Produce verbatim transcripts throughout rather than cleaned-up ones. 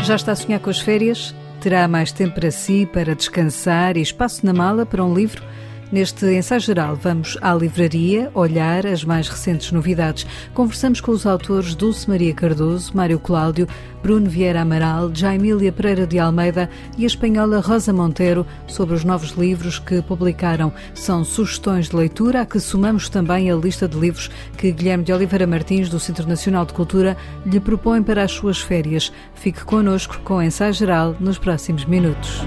Já está a sonhar com as férias? Terá mais tempo para si, para descansar e espaço na mala para um livro? Neste ensaio geral vamos à livraria olhar as mais recentes novidades. Conversamos com os autores Dulce Maria Cardoso, Mário Cláudio, Bruno Vieira Amaral, Jaimília Pereira de Almeida e a espanhola Rosa Montero sobre os novos livros que publicaram. São sugestões de leitura a que somamos também a lista de livros que Guilherme de Oliveira Martins, do Centro Nacional de Cultura, lhe propõe para as suas férias. Fique connosco com o ensaio geral nos próximos minutos.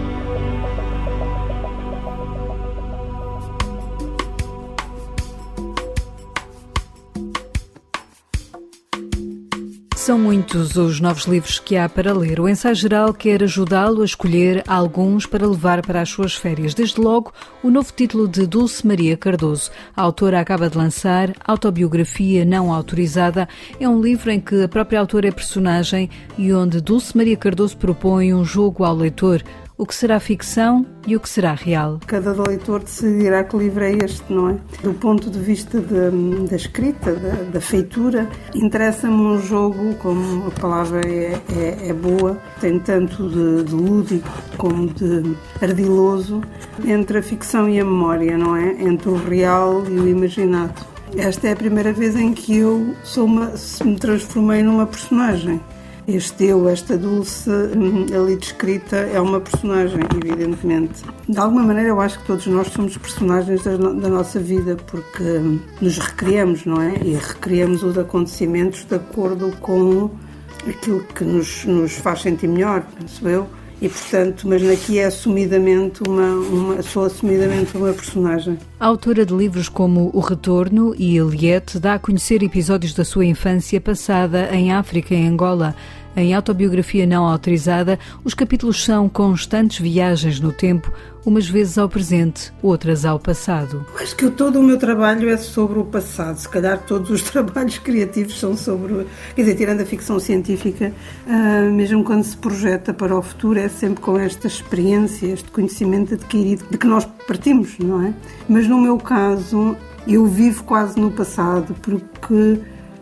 São muitos os novos livros que há para ler. O ensaio geral quer ajudá-lo a escolher alguns para levar para as suas férias. Desde logo, o novo título de Dulce Maria Cardoso. A autora acaba de lançar Autobiografia Não Autorizada. É um livro em que a própria autora é personagem e onde Dulce Maria Cardoso propõe um jogo ao leitor. O que será ficção e o que será real. Cada leitor decidirá que livro é este, não é? Do ponto de vista de, da escrita, da, da feitura, interessa-me um jogo, como a palavra é, é, é boa, tem tanto de, de lúdico como de ardiloso, entre a ficção e a memória, não é? Entre o real e o imaginado. Esta é a primeira vez em que eu sou uma, me transformei numa personagem. Este eu, esta Dulce, ali descrita, é uma personagem, evidentemente. De alguma maneira, eu acho que todos nós somos personagens da, da nossa vida, porque nos recriamos, não é? E recriamos os acontecimentos de acordo com aquilo que nos, nos faz sentir melhor, penso eu. E, portanto, mas aqui é assumidamente uma, uma, sou assumidamente uma personagem. A autora de livros como O Retorno e Eliette dá a conhecer episódios da sua infância passada em África e Angola. Em Autobiografia Não Autorizada, os capítulos são constantes viagens no tempo, umas vezes ao presente, outras ao passado. Acho que todo o meu trabalho é sobre o passado. Se calhar todos os trabalhos criativos são sobre... Quer dizer, tirando a ficção científica, uh, mesmo quando se projeta para o futuro, é sempre com esta experiência, este conhecimento adquirido, de que nós partimos, não é? Mas no meu caso, eu vivo quase no passado, porque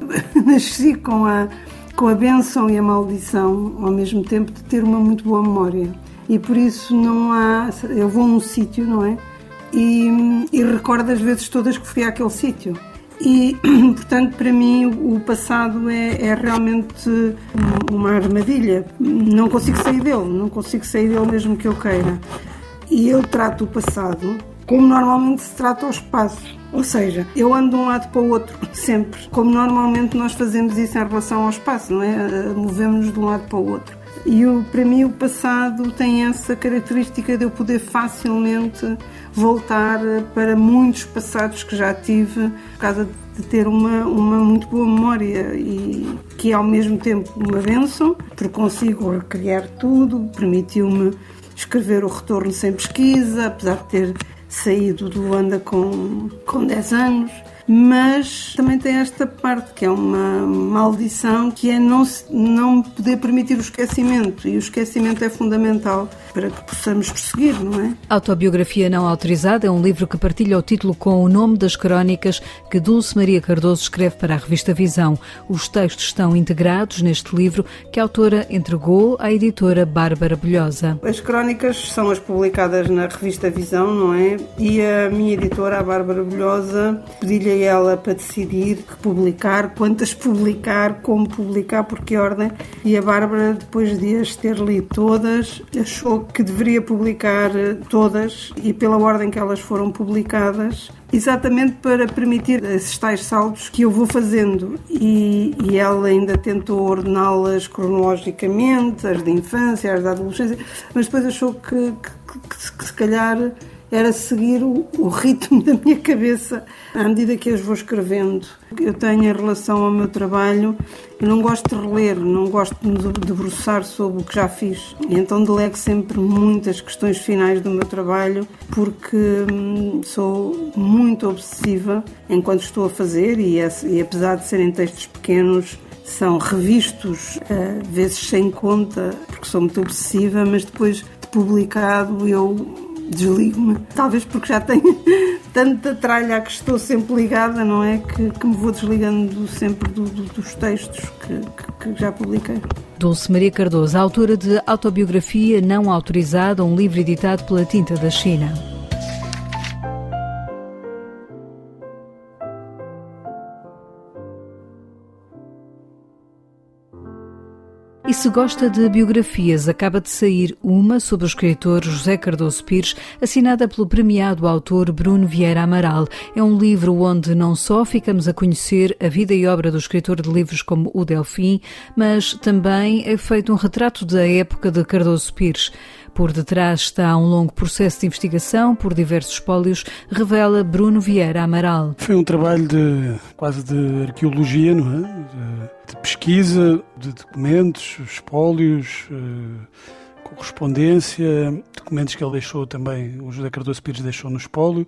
nasci com a... com a bênção e a maldição, ao mesmo tempo, de ter uma muito boa memória. E por isso não há... Eu vou a um sítio, não é? E, e recordo as vezes todas que fui àquele sítio. E, portanto, para mim, o passado é, é realmente uma armadilha. Não consigo sair dele, não consigo sair dele mesmo que eu queira. E eu trato o passado como normalmente se trata o espaço. Ou seja, eu ando de um lado para o outro, sempre. Como normalmente nós fazemos isso em relação ao espaço, não é? Movemos-nos de um lado para o outro. E eu, para mim o passado tem essa característica de eu poder facilmente voltar para muitos passados que já tive, por causa de ter uma, uma muito boa memória e que é ao mesmo tempo uma bênção, porque consigo recriar tudo, permitiu-me escrever O Retorno sem pesquisa, apesar de ter saído do Luanda com, com dez anos, mas também tem esta parte que é uma maldição, que é não, não poder permitir o esquecimento, e o esquecimento é fundamental para que possamos prosseguir, não é? Autobiografia Não Autorizada é um livro que partilha o título com o nome das crónicas que Dulce Maria Cardoso escreve para a revista Visão. Os textos estão integrados neste livro que a autora entregou à editora Bárbara Bolhosa. As crónicas são as publicadas na revista Visão, não é? E a minha editora, a Bárbara Bolhosa, pedi-lhe a ela para decidir que publicar, quantas publicar, como publicar, por que ordem. E a Bárbara, depois de as ter lido todas, achou que deveria publicar todas e pela ordem que elas foram publicadas, exatamente para permitir esses tais saltos que eu vou fazendo. E, e ela ainda tentou ordená-las cronologicamente, as de infância, as da adolescência, mas depois achou que, que, que, que se calhar era seguir o, o ritmo da minha cabeça à medida que as vou escrevendo. Eu tenho em relação ao meu trabalho, eu não gosto de reler, não gosto de me debruçar sobre o que já fiz. E então delego sempre muitas questões finais do meu trabalho, porque hum, sou muito obsessiva enquanto estou a fazer, e, e apesar de serem textos pequenos, são revistos, uh, vezes sem conta, porque sou muito obsessiva, mas depois de publicado eu desligo-me, talvez porque já tenho tanta tralha a que estou sempre ligada, não é? Que, que me vou desligando sempre do, do, dos textos que, que, que já publiquei. Dulce Maria Cardoso, autora de Autobiografia Não Autorizada, um livro editado pela Tinta da China. E se gosta de biografias, acaba de sair uma sobre o escritor José Cardoso Pires, assinada pelo premiado autor Bruno Vieira Amaral. É um livro onde não só ficamos a conhecer a vida e obra do escritor de livros como o Delfim, mas também é feito um retrato da época de Cardoso Pires. Por detrás está um longo processo de investigação por diversos espólios, revela Bruno Vieira Amaral. Foi um trabalho de quase de arqueologia, não é? De, de pesquisa, de documentos, espólios, correspondência, documentos que ele deixou também, o José Cardoso Pires deixou no espólio,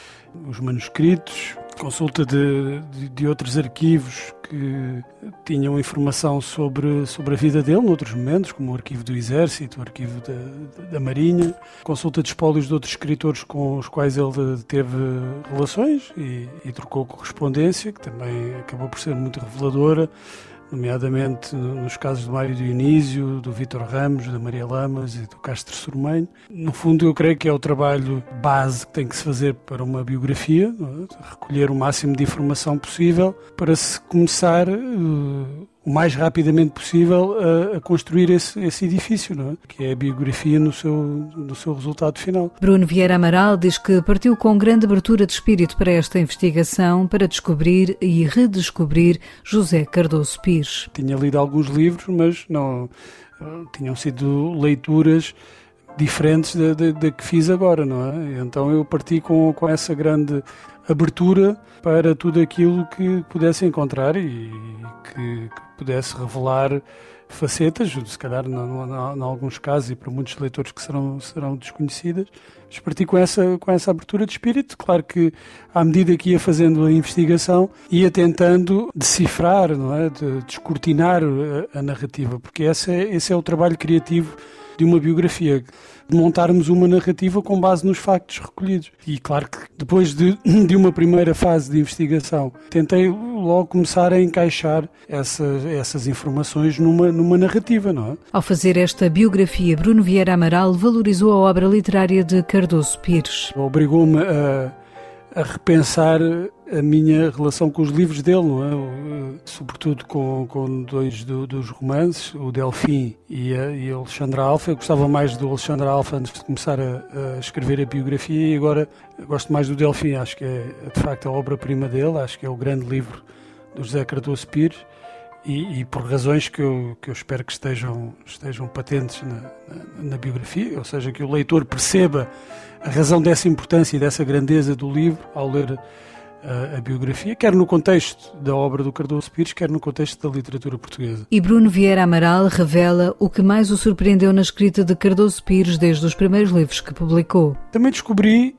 os manuscritos, consulta de, de, de outros arquivos que tinham informação sobre, sobre a vida dele noutros momentos, como o arquivo do Exército, o arquivo da, da Marinha, consulta de espólios de outros escritores com os quais ele teve relações e, e trocou correspondência, que também acabou por ser muito reveladora, nomeadamente nos casos do Mário Dionísio, do Vítor Ramos, da Maria Lamas e do Castro Sormenho. No fundo, eu creio que é o trabalho base que tem que se fazer para uma biografia, não é? Recolher o máximo de informação possível para se começar uh, o mais rapidamente possível a, a construir esse, esse edifício, não é? Que é a biografia no seu, no seu resultado final. Bruno Vieira Amaral diz que partiu com grande abertura de espírito para esta investigação, para descobrir e redescobrir José Cardoso Pires. Tinha lido alguns livros, mas não tinham sido leituras diferentes da, da, da que fiz agora, não é? Então eu parti com, com essa grande abertura para tudo aquilo que pudesse encontrar e que, que pudesse revelar facetas, se calhar em alguns casos e para muitos leitores que serão, serão desconhecidas, mas parti com essa, com essa abertura de espírito. Claro que à medida que ia fazendo a investigação, ia tentando decifrar, não é? De, descortinar a, a narrativa, porque esse é, esse é o trabalho criativo de uma biografia, de montarmos uma narrativa com base nos factos recolhidos. E claro que depois de, de uma primeira fase de investigação, tentei logo começar a encaixar essas, essas informações numa, numa narrativa, não é? Ao fazer esta biografia, Bruno Vieira Amaral valorizou a obra literária de Cardoso Pires. Obrigou-me a, a repensar a minha relação com os livros dele, não é? Sobretudo com, com dois do, dos romances, o Delfim e a, e a Alexandra Alfa. Eu gostava mais do Alexandra Alfa antes de começar a, a escrever a biografia e agora gosto mais do Delfim. Acho que é, de facto, a obra-prima dele, acho que é o grande livro do José Cardoso Pires e, e por razões que eu, que eu espero que estejam, estejam patentes na, na, na biografia, ou seja, que o leitor perceba a razão dessa importância e dessa grandeza do livro ao ler A, a biografia, quer no contexto da obra do Cardoso Pires, quer no contexto da literatura portuguesa. E Bruno Vieira Amaral revela o que mais o surpreendeu na escrita de Cardoso Pires desde os primeiros livros que publicou. Também descobri,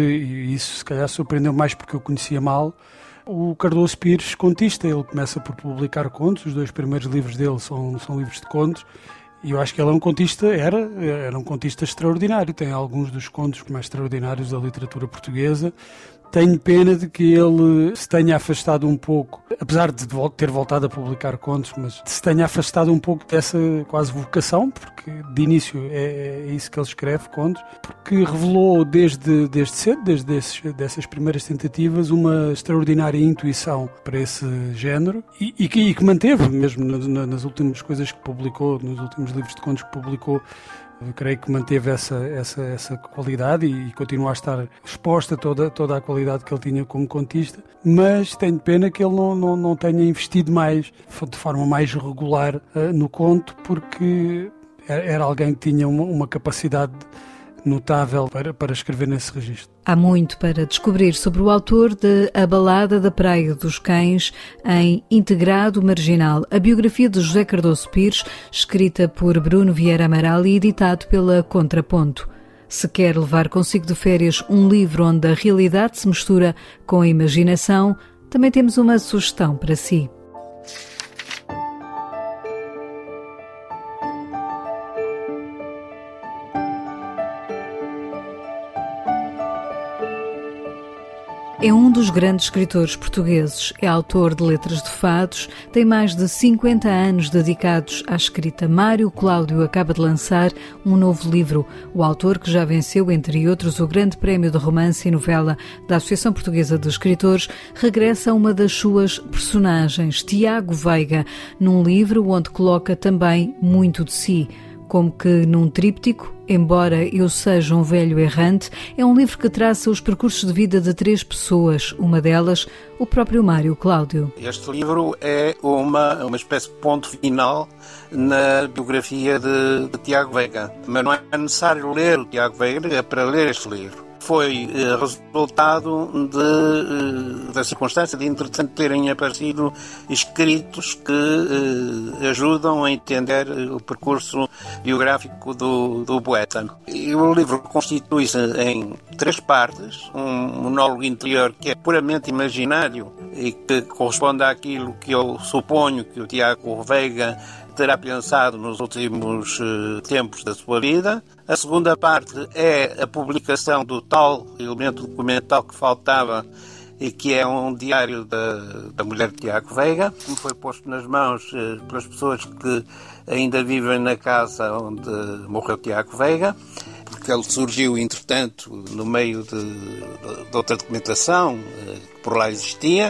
e isso se calhar surpreendeu mais porque eu conhecia mal, o Cardoso Pires contista. Ele começa por publicar contos, os dois primeiros livros dele são, são livros de contos, e eu acho que ele é um contista, era, era um contista extraordinário, tem alguns dos contos mais extraordinários da literatura portuguesa. Tenho pena de que ele se tenha afastado um pouco, apesar de ter voltado a publicar contos, mas se tenha afastado um pouco dessa quase vocação, porque de início é, é isso que ele escreve, contos, porque revelou desde, desde cedo, desde esses, dessas primeiras tentativas, uma extraordinária intuição para esse género e, e, que, e que manteve, mesmo nas, nas últimas coisas que publicou, nos últimos livros de contos que publicou. Eu creio que manteve essa, essa, essa qualidade e, e continua a estar exposta a toda, toda a qualidade que ele tinha como contista, mas tenho pena que ele não, não, não tenha investido mais, de forma mais regular uh, no conto, porque era, era alguém que tinha uma, uma capacidade notável para, para escrever nesse registro. Há muito para descobrir sobre o autor de A Balada da Praia dos Cães em Integrado Marginal, a biografia de José Cardoso Pires, escrita por Bruno Vieira Amaral e editado pela Contraponto. Se quer levar consigo de férias um livro onde a realidade se mistura com a imaginação, também temos uma sugestão para si. É um dos grandes escritores portugueses. É autor de letras de fados, tem mais de cinquenta anos dedicados à escrita. Mário Cláudio acaba de lançar um novo livro. O autor, que já venceu, entre outros, o Grande Prémio de Romance e Novela da Associação Portuguesa de Escritores, regressa a uma das suas personagens, Tiago Veiga, num livro onde coloca também muito de si. Como que num tríptico, Embora Eu Seja um Velho Errante, é um livro que traça os percursos de vida de três pessoas, uma delas, o próprio Mário Cláudio. Este livro é uma, uma espécie de ponto final na biografia de, de Tiago Veiga. Mas não é necessário ler o Tiago Veiga para ler este livro. Foi eh, resultado de, eh, da circunstância de, entretanto, terem aparecido escritos que eh, ajudam a entender o percurso biográfico do, do poeta. E o livro constitui-se em três partes. Um monólogo interior que é puramente imaginário e que corresponde àquilo que eu suponho que o Tiago Veiga terá pensado nos últimos uh, tempos da sua vida. A segunda parte é a publicação do tal elemento documental que faltava e que é um diário da, da mulher de Tiago Veiga, que me foi posto nas mãos uh, pelas pessoas que ainda vivem na casa onde morreu Tiago Veiga, porque ele surgiu, entretanto, no meio de, de, de outra documentação uh, que por lá existia.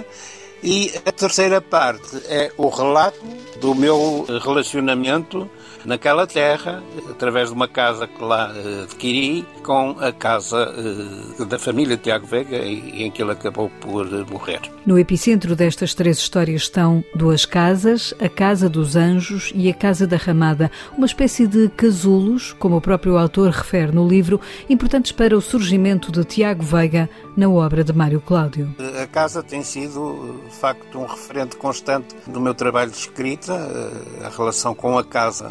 E a terceira parte é o relato do meu relacionamento naquela terra, através de uma casa que lá adquiri, com a casa da família de Tiago Veiga, em que ele acabou por morrer. No epicentro destas três histórias estão duas casas, a Casa dos Anjos e a Casa da Ramada, uma espécie de casulos, como o próprio autor refere no livro, importantes para o surgimento de Tiago Veiga na obra de Mário Cláudio. A casa tem sido, de facto, um referente constante do meu trabalho de escrita. A relação com a casa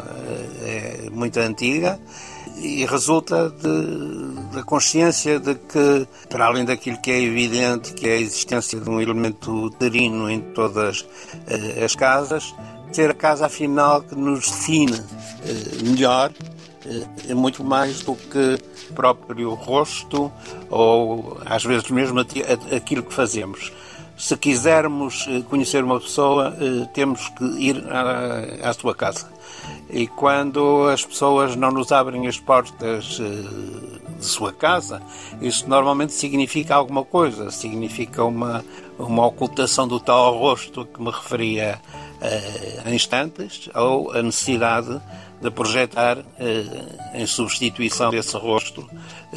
é muito antiga e resulta de, da consciência de que, para além daquilo que é evidente, que é a existência de um elemento uterino em todas as casas, ter a casa, afinal, que nos define melhor, é muito mais do que o próprio rosto ou, às vezes, mesmo aquilo que fazemos. Se quisermos conhecer uma pessoa, temos que ir à, à sua casa. E quando as pessoas não nos abrem as portas de sua casa, isso normalmente significa alguma coisa. Significa uma, uma ocultação do tal rosto a que me referia há instantes, ou a necessidade de projetar, em substituição desse rosto,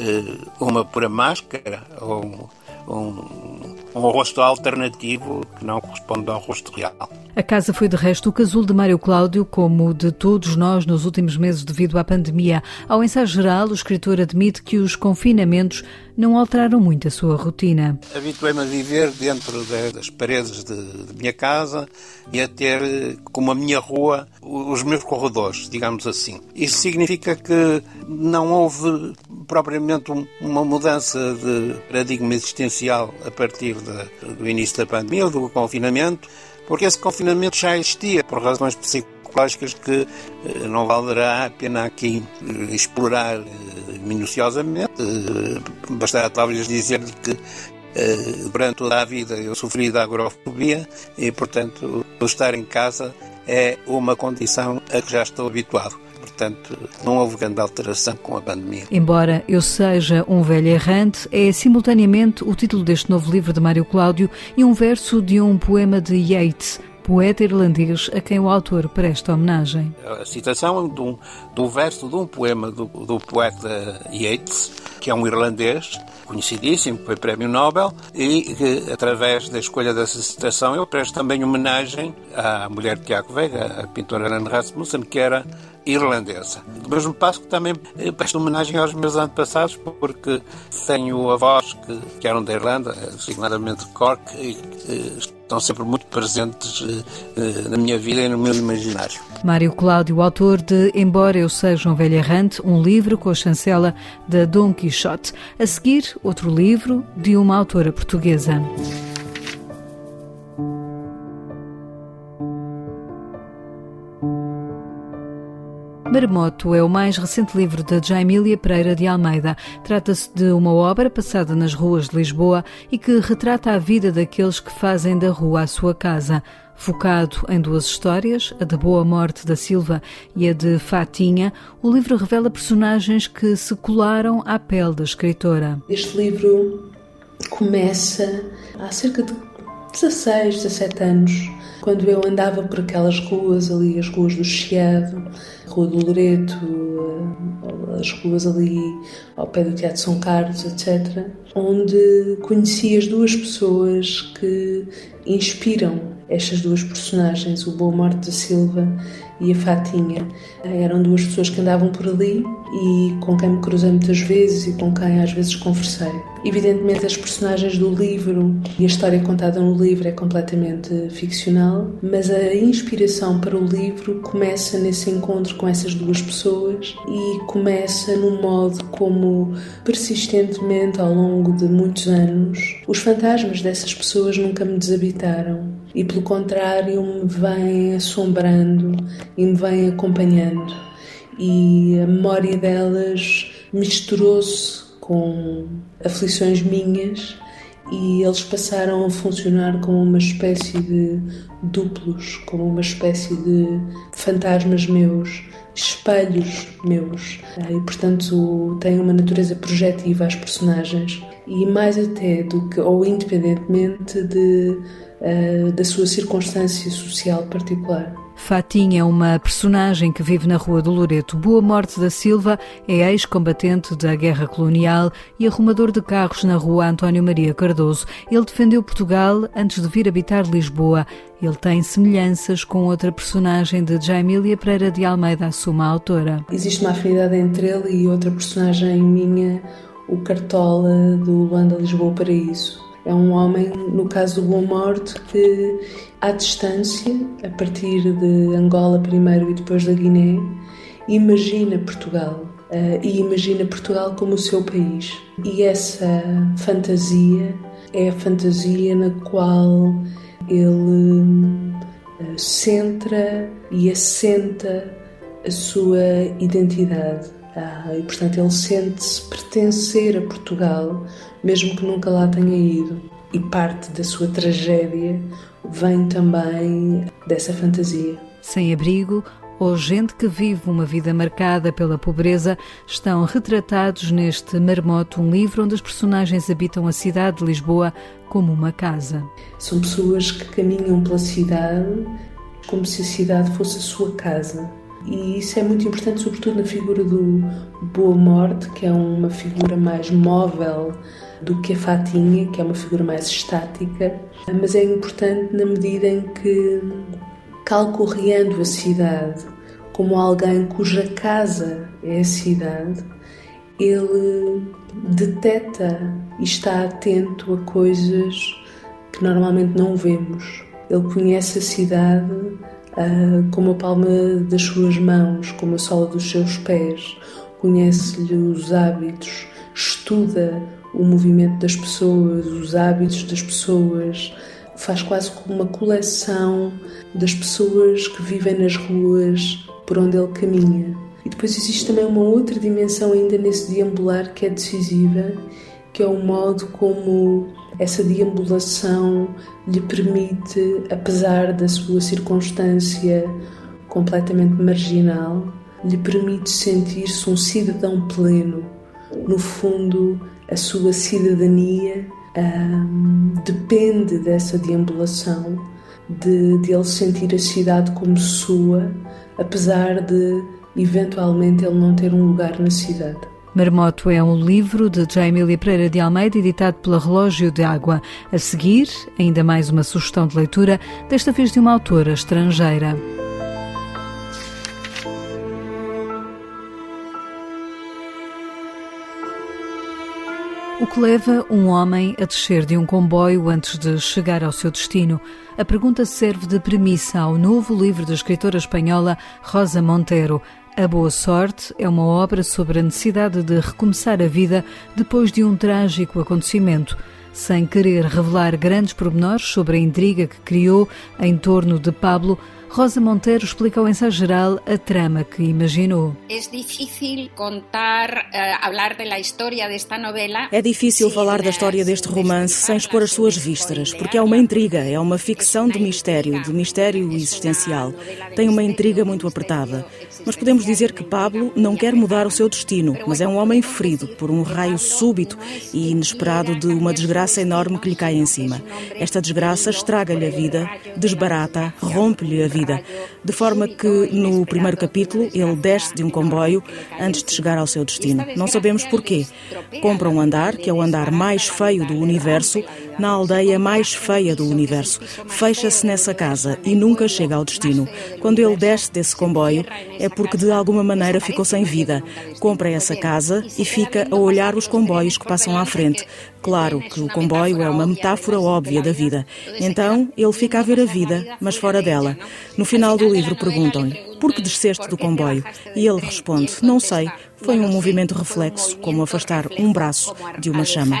uma pura máscara ou um, um rosto alternativo que não corresponde ao rosto real. A casa foi, de resto, o casulo de Mário Cláudio, como de todos nós nos últimos meses devido à pandemia. Ao ensaio geral, o escritor admite que os confinamentos não alteraram muito a sua rotina. Habituei-me a viver dentro de, das paredes de, de minha casa e a ter como a minha rua os meus corredores, digamos assim. Isso significa que não houve propriamente uma mudança de paradigma existencial a partir de, do início da pandemia ou do confinamento, porque esse confinamento já existia por razões psicológicas que eh, não valerá a pena aqui eh, explorar eh, minuciosamente. Eh, bastará talvez dizer-lhe que eh, durante toda a vida eu sofri de agorafobia e, portanto, o estar em casa é uma condição a que já estou habituado. Portanto, não houve grande alteração com a pandemia. Embora Eu Seja um Velho Errante, é simultaneamente o título deste novo livro de Mário Cláudio e um verso de um poema de Yeats, poeta irlandês a quem o autor presta homenagem. A citação de um, de um verso de um poema do, do poeta Yeats, que é um irlandês conhecidíssimo, foi Prémio Nobel, e que, através da escolha dessa citação, eu presto também homenagem à mulher de Tiago Veiga, a pintora Anne Rasmussen, que era irlandesa. Do mesmo passo que também presto homenagem aos meus antepassados, porque tenho avós que, que eram da Irlanda, designadamente Cork, e que estão sempre muito presentes na minha vida e no meu imaginário. Mário Cláudio, autor de Embora Eu Seja um Velho Errante, um livro com a chancela da Dom Quixote. A seguir, outro livro de uma autora portuguesa. Marmoto é o mais recente livro de Jaimília Pereira de Almeida. Trata-se de uma obra passada nas ruas de Lisboa e que retrata a vida daqueles que fazem da rua a sua casa. Focado em duas histórias, a de Boa Morte da Silva e a de Fatinha, o livro revela personagens que se colaram à pele da escritora. Este livro começa há cerca de dezasseis, dezassete anos, quando eu andava por aquelas ruas ali, as ruas do Chiado, a Rua do Loreto, as ruas ali ao pé do Teatro São Carlos, etcétera, onde conheci as duas pessoas que inspiram estas duas personagens, o Boa Morte da Silva e a Fatinha. Eram duas pessoas que andavam por ali e com quem me cruzei muitas vezes e com quem às vezes conversei. Evidentemente as personagens do livro e a história contada no livro é completamente ficcional, mas a inspiração para o livro começa nesse encontro com essas duas pessoas e começa no modo como persistentemente ao longo de muitos anos os fantasmas dessas pessoas nunca me desabitaram e pelo contrário me vêm assombrando e me vêm acompanhando, e a memória delas misturou-se com aflições minhas e eles passaram a funcionar como uma espécie de duplos, como uma espécie de fantasmas meus, espelhos meus, e portanto têm uma natureza projetiva às personagens e mais até do que, ou independentemente de, uh, da sua circunstância social particular. Fatinha é uma personagem que vive na Rua do Loreto. Boa Morte da Silva é ex-combatente da Guerra Colonial e arrumador de carros na Rua António Maria Cardoso. Ele defendeu Portugal antes de vir habitar Lisboa. Ele tem semelhanças com outra personagem de Jaimília Pereira de Almeida, assume a autora. Existe uma afinidade entre ele e outra personagem minha, o Cartola do Luanda Lisboa Paraíso. É um homem, no caso do Boa Morte, que à distância, a partir de Angola primeiro e depois da Guiné, imagina Portugal uh, e imagina Portugal como o seu país. E essa fantasia é a fantasia na qual ele uh, centra e assenta a sua identidade. Ah, e, portanto, ele sente-se pertencer a Portugal, mesmo que nunca lá tenha ido. E parte da sua tragédia vem também dessa fantasia. Sem abrigo ou gente que vive uma vida marcada pela pobreza estão retratados neste Marmoto, um livro onde as personagens habitam a cidade de Lisboa como uma casa. São pessoas que caminham pela cidade como se a cidade fosse a sua casa. E isso é muito importante, sobretudo na figura do Boa Morte, que é uma figura mais móvel do que a Fatinha, que é uma figura mais estática, mas é importante na medida em que, calcorreando a cidade como alguém cuja casa é a cidade, ele detecta e está atento a coisas que normalmente não vemos. Ele conhece a cidade uh, como a palma das suas mãos, como a sola dos seus pés, conhece-lhe os hábitos, estuda o movimento das pessoas, os hábitos das pessoas, faz quase como uma coleção das pessoas que vivem nas ruas por onde ele caminha. E depois existe também uma outra dimensão ainda nesse deambular que é decisiva, que é o modo como essa deambulação lhe permite, apesar da sua circunstância completamente marginal, lhe permite sentir-se um cidadão pleno. No fundo, a sua cidadania hum, depende dessa deambulação, de, de ele sentir a cidade como sua, apesar de, eventualmente, ele não ter um lugar na cidade. Marmoto é um livro de Jaimília Pereira de Almeida, editado pela Relógio de Água. A seguir, ainda mais uma sugestão de leitura, desta vez de uma autora estrangeira. O que leva um homem a descer de um comboio antes de chegar ao seu destino? A pergunta serve de premissa ao novo livro da escritora espanhola Rosa Montero. A Boa Sorte é uma obra sobre a necessidade de recomeçar a vida depois de um trágico acontecimento. Sem querer revelar grandes pormenores sobre a intriga que criou em torno de Pablo, Rosa Monteiro explica ao ensaio geral a trama que imaginou. É difícil contar, uh, falar da história desta novela. É difícil falar da história deste romance sem expor as suas vísceras, porque é uma intriga, é uma ficção de mistério, de mistério existencial. Tem uma intriga muito apertada. Mas podemos dizer que Pablo não quer mudar o seu destino, mas é um homem ferido por um raio súbito e inesperado de uma desgraça enorme que lhe cai em cima. Esta desgraça estraga-lhe a vida, desbarata, rompe-lhe a vida, de forma que no primeiro capítulo ele desce de um comboio antes de chegar ao seu destino. Não sabemos porquê. Compra um andar, que é o andar mais feio do universo, na aldeia mais feia do universo. Fecha-se nessa casa e nunca chega ao destino. Quando ele desce desse comboio, é porque de alguma maneira ficou sem vida. Compra essa casa e fica a olhar os comboios que passam à frente. Claro que o comboio é uma metáfora óbvia da vida. Então, ele fica a ver a vida, mas fora dela. No final do livro perguntam-lhe: por que desceste do comboio? E ele responde: não sei. Foi um movimento reflexo, como afastar um braço de uma chama.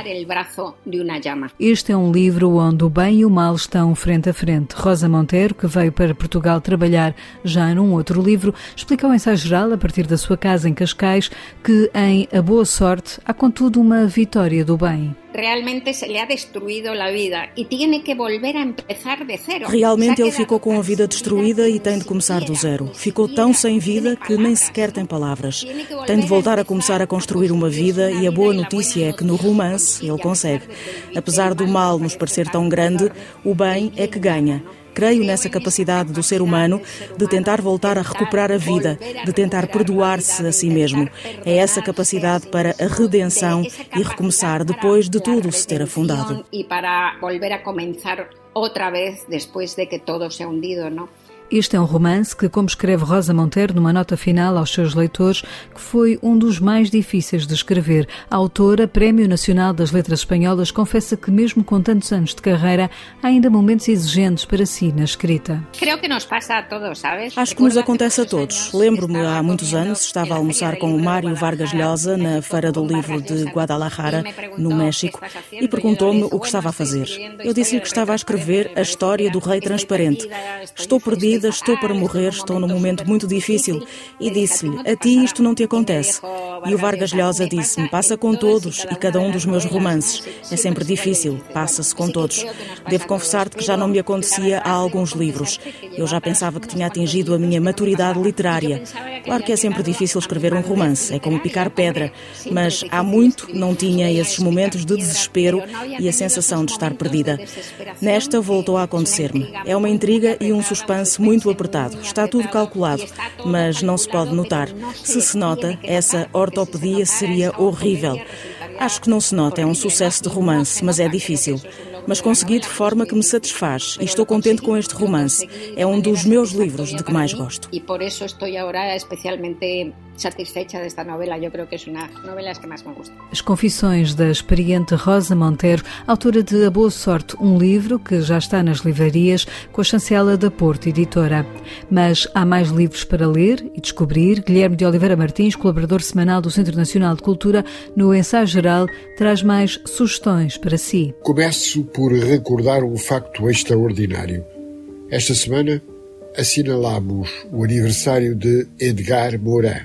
Este é um livro onde o bem e o mal estão frente a frente. Rosa Monteiro, que veio para Portugal trabalhar já num outro livro, explica ao ensaio geral, a partir da sua casa em Cascais, que em A Boa Sorte há contudo uma vitória do bem. Realmente se lhe ha destruído a vida e tem que volver a começar de zero. Realmente ele ficou com a vida destruída e tem de começar do zero. Ficou tão sem vida que nem sequer tem palavras. Tem de voltar a começar a construir uma vida e a boa notícia é que no romance ele consegue. Apesar do mal nos parecer tão grande, o bem é que ganha. Creio nessa capacidade do ser humano de tentar voltar a recuperar a vida, de tentar perdoar-se a si mesmo. É essa capacidade para a redenção e recomeçar depois de tudo se ter afundado. E para volver a começar outra vez depois de que todo se ha hundido, não? Este é um romance que, como escreve Rosa Monteiro numa nota final aos seus leitores, que foi um dos mais difíceis de escrever. A autora, Prémio Nacional das Letras Espanholas, confessa que mesmo com tantos anos de carreira, há ainda momentos exigentes para si na escrita. Creio que nos passa a todos, sabes? Acho que nos acontece a todos. Lembro-me, há muitos anos, estava a almoçar com o Mário Vargas Llosa na Feira do Livro de Guadalajara, no México, e perguntou-me o que estava a fazer. Eu disse-lhe que estava a escrever a história do Rei Transparente. Estou perdido. Estou para morrer, estou num momento muito difícil. E disse-lhe: a ti isto não te acontece. E o Vargas Llosa disse-me: passa com todos e cada um dos meus romances. É sempre difícil, passa-se com todos. Devo confessar-te que já não me acontecia há alguns livros. Eu já pensava que tinha atingido a minha maturidade literária. Claro que é sempre difícil escrever um romance, é como picar pedra. Mas há muito não tinha esses momentos de desespero e a sensação de estar perdida. Nesta voltou a acontecer-me. É uma intriga e um suspense muito muito apertado. Está tudo calculado, mas não se pode notar. Se se nota, essa ortopedia seria horrível. Acho que não se nota, é um sucesso de romance, mas é difícil. Mas consegui de forma que me satisfaz e estou contente com este romance. É um dos meus livros de que mais gosto. E por isso estou agora especialmente satisfecha desta novela. Eu creio que é uma das novelas que mais me gusta. As Confissões da experiente Rosa Monteiro, autora de A Boa Sorte, um livro que já está nas livrarias com a chancela da Porto Editora. Mas há mais livros para ler e descobrir. Guilherme de Oliveira Martins, colaborador semanal do Centro Nacional de Cultura, no Ensaio Geral, traz mais sugestões para si. Começo por recordar um facto extraordinário. Esta semana assinalamos o aniversário de Edgar Morin.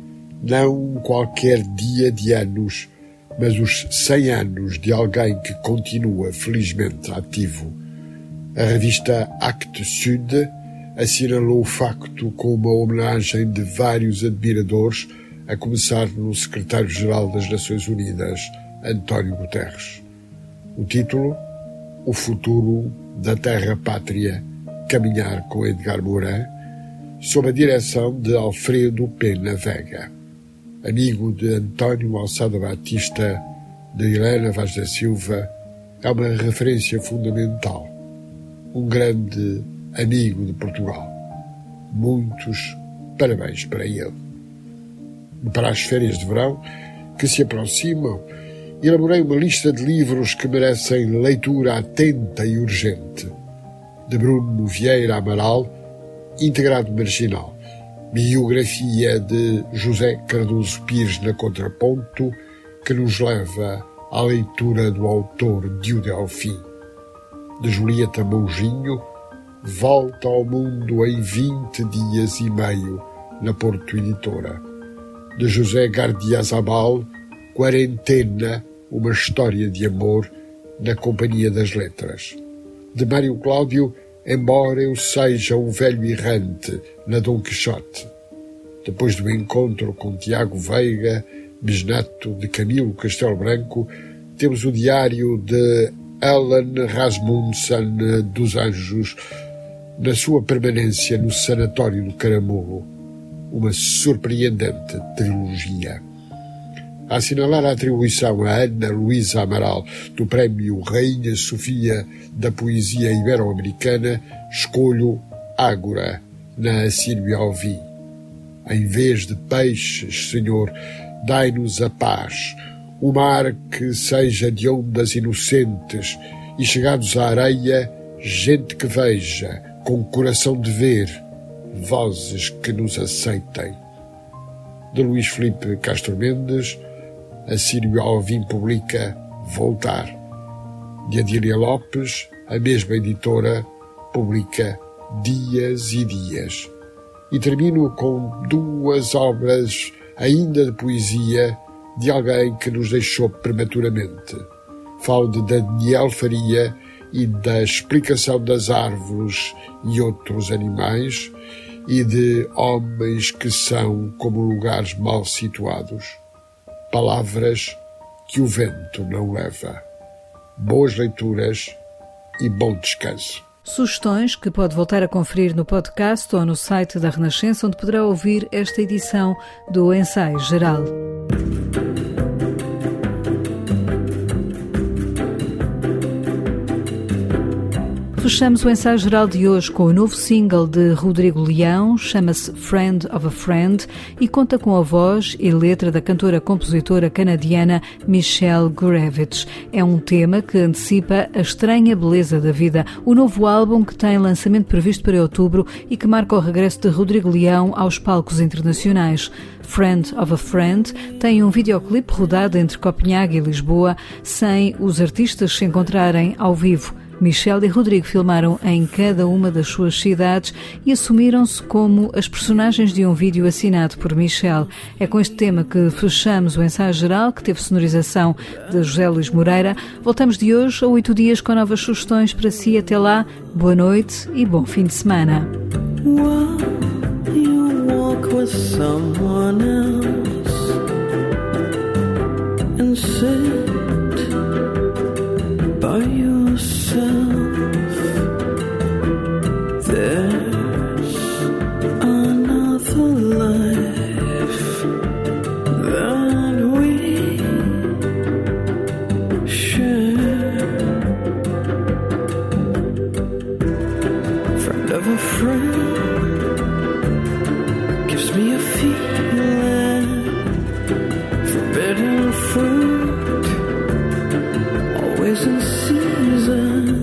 Não qualquer dia de anos, mas os cem anos de alguém que continua felizmente ativo. A revista Actes Sud assinalou o facto com uma homenagem de vários admiradores, a começar no secretário-geral das Nações Unidas, António Guterres. O título: O futuro da terra-pátria, caminhar com Edgar Morin, sob a direção de Alfredo Pena Vega. Amigo de António Alçada Batista, de Helena Vaz da Silva, é uma referência fundamental. Um grande amigo de Portugal. Muitos parabéns para ele. Para as férias de verão que se aproximam, elaborei uma lista de livros que merecem leitura atenta e urgente. De Bruno Vieira Amaral, Integrado Marginal. Biografia de José Cardoso Pires na Contraponto, que nos leva à leitura do autor de O Delfim. De Julieta Moujinho, volta ao mundo em vinte dias e meio, na Porto Editora. De José Gardiazabal, Quarentena, uma história de amor, na Companhia das Letras. De Mário Cláudio, Embora eu seja um velho errante, na Dom Quixote. Depois do encontro com Tiago Veiga, bisneto de Camilo Castelo Branco, temos o diário de Alan Rasmussen dos Anjos, na sua permanência no sanatório do Caramulo, uma surpreendente trilogia. A assinalar a atribuição a Ana Luísa Amaral do Prémio Rainha Sofia da Poesia Ibero-Americana, escolho Ágora, na Sílvia Alvim. Em vez de peixes, Senhor, dai-nos a paz, o mar que seja de ondas inocentes, e chegados à areia, gente que veja, com coração de ver, vozes que nos aceitem. De Luís Filipe Castro Mendes, a Sílvia Alvim publica Voltar. De Adília Lopes, a mesma editora, publica Dias e Dias. E termino com duas obras ainda de poesia de alguém que nos deixou prematuramente. Falo de Daniel Faria e da explicação das árvores e outros animais, e de homens que são como lugares mal situados. Palavras que o vento não leva. Boas leituras e bom descanso. Sugestões que pode voltar a conferir no podcast ou no site da Renascença, onde poderá ouvir esta edição do Ensaio Geral. Fechamos o Ensaio Geral de hoje com o novo single de Rodrigo Leão, chama-se Friend of a Friend e conta com a voz e letra da cantora-compositora canadiana Michelle Gurevich. É um tema que antecipa a estranha beleza da vida, o novo álbum que tem lançamento previsto para outubro e que marca o regresso de Rodrigo Leão aos palcos internacionais. Friend of a Friend tem um videoclipe rodado entre Copenhague e Lisboa, sem os artistas se encontrarem ao vivo. Michelle e Rodrigo filmaram em cada uma das suas cidades e assumiram-se como as personagens de um vídeo assinado por Michelle. É com este tema que fechamos o Ensaio Geral, que teve sonorização de José Luís Moreira. Voltamos de hoje a oito dias com novas sugestões para si. Até lá, boa noite e bom fim de semana. By yourself, there's another life that we share. Friend of a friend gives me a feeling, forbidden fruit, always in season.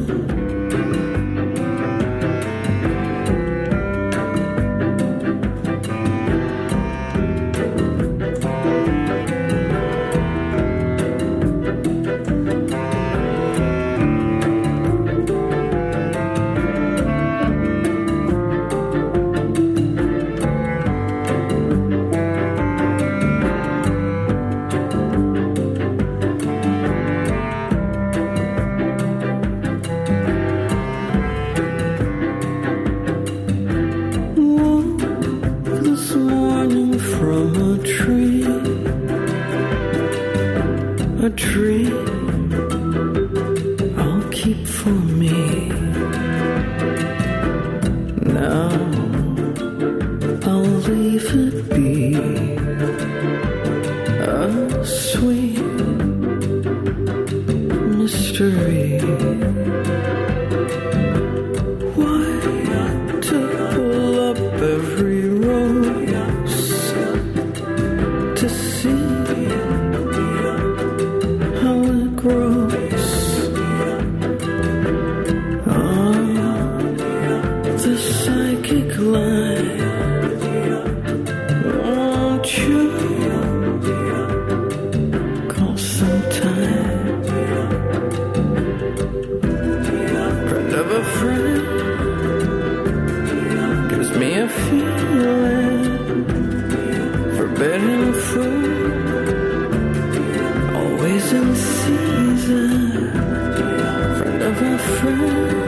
A tree I'll keep for me. Now I'll leave it be a sweet mystery. Why to pull up every rose to see grows? Oh, the psychic line. Won't you call sometime? Friend of a friend. feeling, forbidden fruit, always in season, friend of a friend.